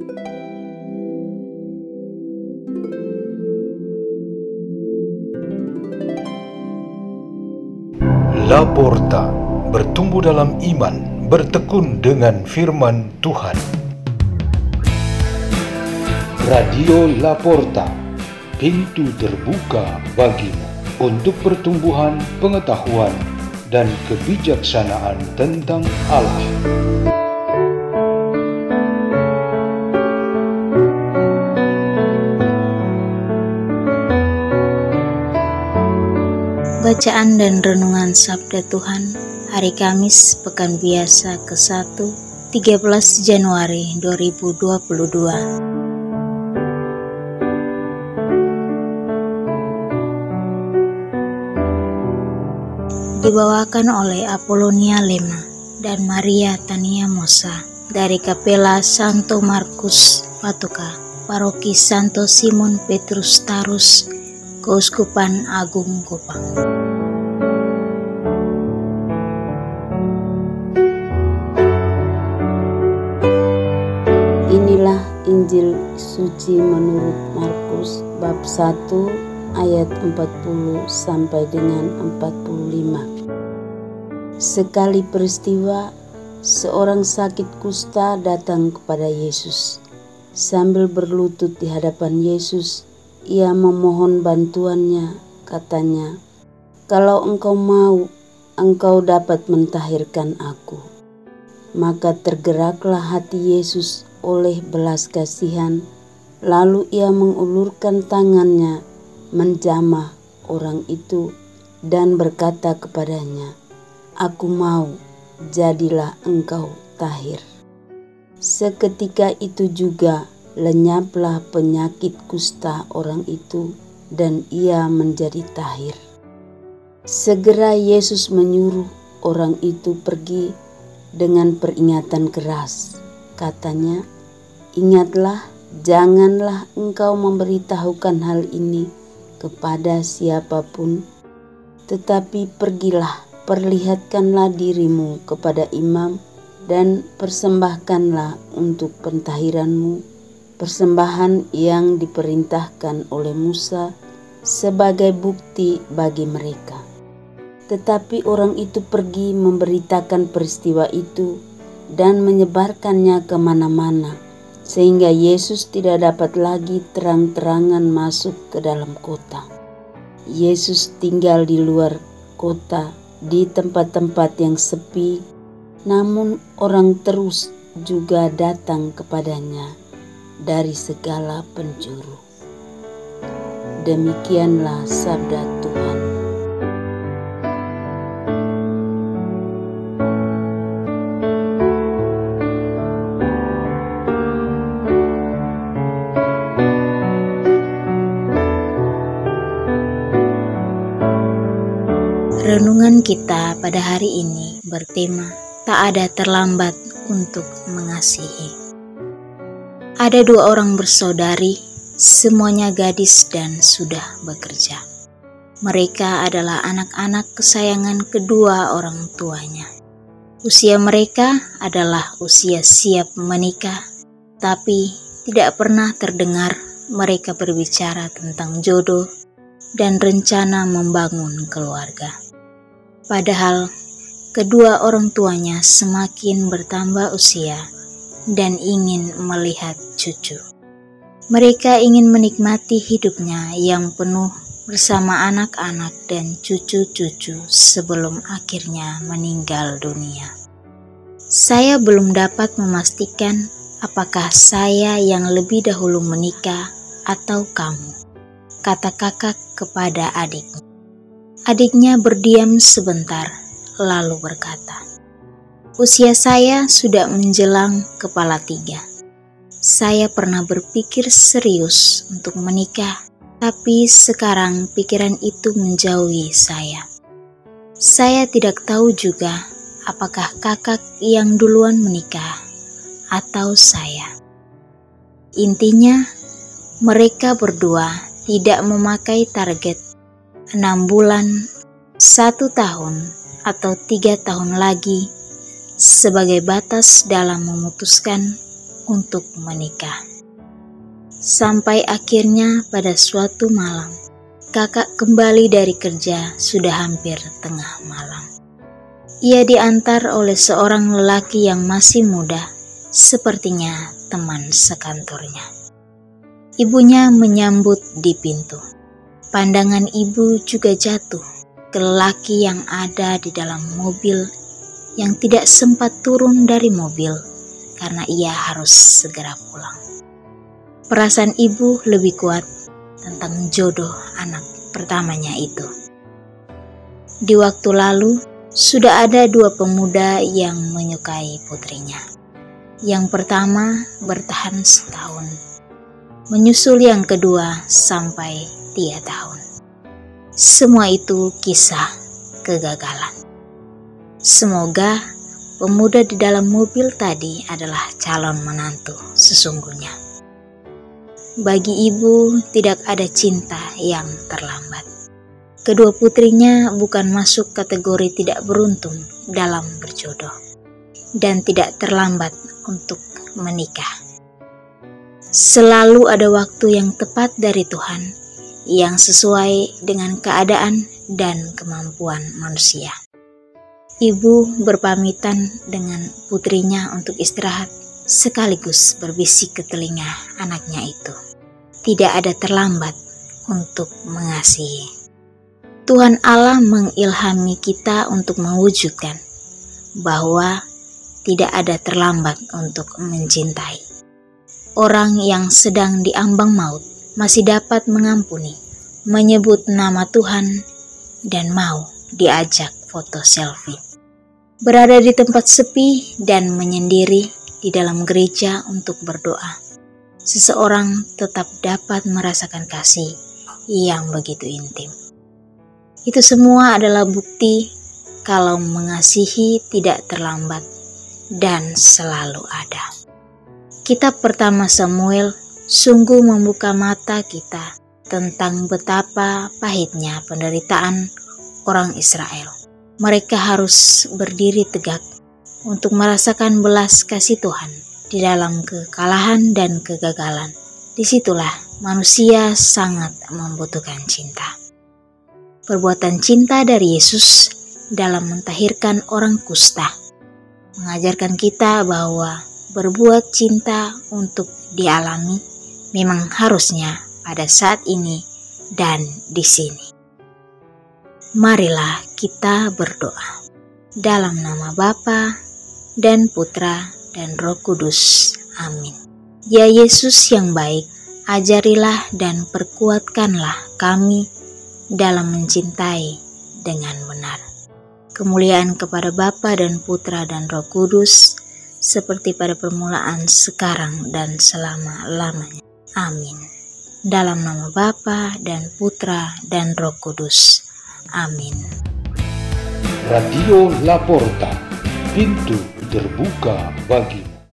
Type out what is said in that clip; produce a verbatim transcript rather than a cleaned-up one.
Laporta, bertumbuh dalam iman, bertekun dengan firman Tuhan. Radio Laporta, pintu terbuka bagimu untuk pertumbuhan pengetahuan dan kebijaksanaan tentang Allah. Bacaan dan renungan Sabda Tuhan hari Kamis Pekan Biasa ke satu, tiga belas Januari dua ribu dua puluh dua. Dibawakan oleh Apolonia Lema dan Maria Tania Mosa dari Kapela Santo Markus Patuka, Paroki Santo Simon Petrus Tarus, Keuskupan Agung Kupang. Inilah Injil suci menurut Markus bab satu ayat empat puluh sampai dengan empat puluh lima. Sekali peristiwa, seorang sakit kusta datang kepada Yesus. Sambil berlutut di hadapan Yesus, ia memohon bantuannya, katanya, "Kalau engkau mau, engkau dapat mentahirkan aku." Maka tergeraklah hati Yesus oleh belas kasihan, lalu ia mengulurkan tangannya, menjamah orang itu dan berkata kepadanya, "Aku mau, jadilah engkau tahir." Seketika itu juga lenyaplah penyakit kusta orang itu dan ia menjadi tahir. Segera Yesus menyuruh orang itu pergi dengan peringatan keras. Katanya, "Ingatlah, janganlah engkau memberitahukan hal ini kepada siapapun, tetapi pergilah, perlihatkanlah dirimu kepada imam dan persembahkanlah untuk pentahiranmu persembahan yang diperintahkan oleh Musa sebagai bukti bagi mereka." Tetapi orang itu pergi memberitakan peristiwa itu dan menyebarkannya kemana-mana, sehingga Yesus tidak dapat lagi terang-terangan masuk ke dalam kota. Yesus tinggal di luar kota, di tempat-tempat yang sepi, namun orang terus juga datang kepadanya dari segala penjuru. Demikianlah sabda Tuhan. Renungan kita pada hari ini bertema tak ada terlambat untuk mengasihi. Ada dua orang bersaudari, semuanya gadis dan sudah bekerja. Mereka adalah anak-anak kesayangan kedua orang tuanya. Usia mereka adalah usia siap menikah, tapi tidak pernah terdengar mereka berbicara tentang jodoh dan rencana membangun keluarga. Padahal kedua orang tuanya semakin bertambah usia dan ingin melihat cucu. Mereka ingin menikmati hidupnya yang penuh bersama anak-anak dan cucu-cucu sebelum akhirnya meninggal dunia. Saya belum dapat memastikan apakah saya yang lebih dahulu menikah atau kamu, kata kakak kepada adiknya. Adiknya berdiam sebentar, lalu berkata, "Usia saya sudah menjelang kepala tiga. Saya pernah berpikir serius untuk menikah, tapi sekarang pikiran itu menjauhi saya. Saya tidak tahu juga apakah kakak yang duluan menikah atau saya." Intinya, mereka berdua tidak memakai target enam bulan, satu tahun, atau tiga tahun lagi sebagai batas dalam memutuskan untuk menikah. Sampai akhirnya pada suatu malam, kakak kembali dari kerja sudah hampir tengah malam. Ia diantar oleh seorang lelaki yang masih muda, sepertinya teman sekantornya. Ibunya menyambut di pintu. Pandangan ibu juga jatuh ke lelaki yang ada di dalam mobil yang tidak sempat turun dari mobil karena ia harus segera pulang. Perasaan ibu lebih kuat tentang jodoh anak pertamanya itu. Di waktu lalu, sudah ada dua pemuda yang menyukai putrinya. Yang pertama bertahan setahun, menyusul yang kedua sampai tiga tahun. Semua itu kisah kegagalan. Semoga pemuda di dalam mobil tadi adalah calon menantu sesungguhnya. Bagi ibu tidak ada cinta yang terlambat. Kedua putrinya bukan masuk kategori tidak beruntung dalam berjodoh dan tidak terlambat untuk menikah. Selalu ada waktu yang tepat dari Tuhan yang sesuai dengan keadaan dan kemampuan manusia. Ibu berpamitan dengan putrinya untuk istirahat sekaligus berbisik ke telinga anaknya itu. Tidak ada terlambat untuk mengasihi. Tuhan Allah mengilhami kita untuk mewujudkan bahwa tidak ada terlambat untuk mencintai. Orang yang sedang diambang maut masih dapat mengampuni, menyebut nama Tuhan, dan mau diajak foto selfie. Berada di tempat sepi dan menyendiri di dalam gereja untuk berdoa. Seseorang tetap dapat merasakan kasih yang begitu intim. Itu semua adalah bukti kalau mengasihi tidak terlambat dan selalu ada. Kitab pertama Samuel sungguh membuka mata kita tentang betapa pahitnya penderitaan orang Israel. Mereka harus berdiri tegak untuk merasakan belas kasih Tuhan di dalam kekalahan dan kegagalan. Disitulah manusia sangat membutuhkan cinta. Perbuatan cinta dari Yesus dalam mentahirkan orang kusta mengajarkan kita bahwa berbuat cinta untuk dialami memang harusnya pada saat ini dan di sini. Marilah kita berdoa dalam nama Bapa dan Putra dan Roh Kudus. Amin. Ya Yesus yang baik, ajarilah dan perkuatkanlah kami dalam mencintai dengan benar. Kemuliaan kepada Bapa dan Putra dan Roh Kudus, seperti pada permulaan, sekarang, dan selama-lamanya. Amin. Dalam nama Bapa dan Putra dan Roh Kudus. Amin. Radio La Porta, pintu terbuka bagi